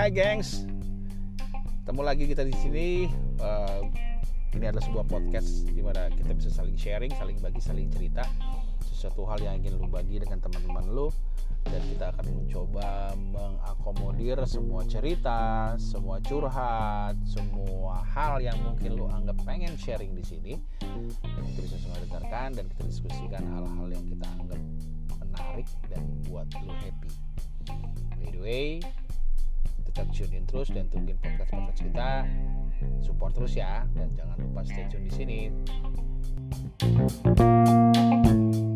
Hai gengs, ketemu lagi kita di sini. Ini adalah sebuah podcast di mana kita bisa saling sharing, saling bagi, saling cerita sesuatu hal yang ingin lu bagi dengan teman-teman lu, dan kita akan mencoba mengakomodir semua cerita, semua curhat, semua hal yang mungkin lu anggap pengen sharing di sini. Dan kita bisa semua dengarkan dan kita diskusikan hal-hal yang kita anggap menarik dan buat lu happy. By the way, tetap tune in terus dan tungguin podcast kita. Support terus ya, dan jangan lupa stay tune di sini.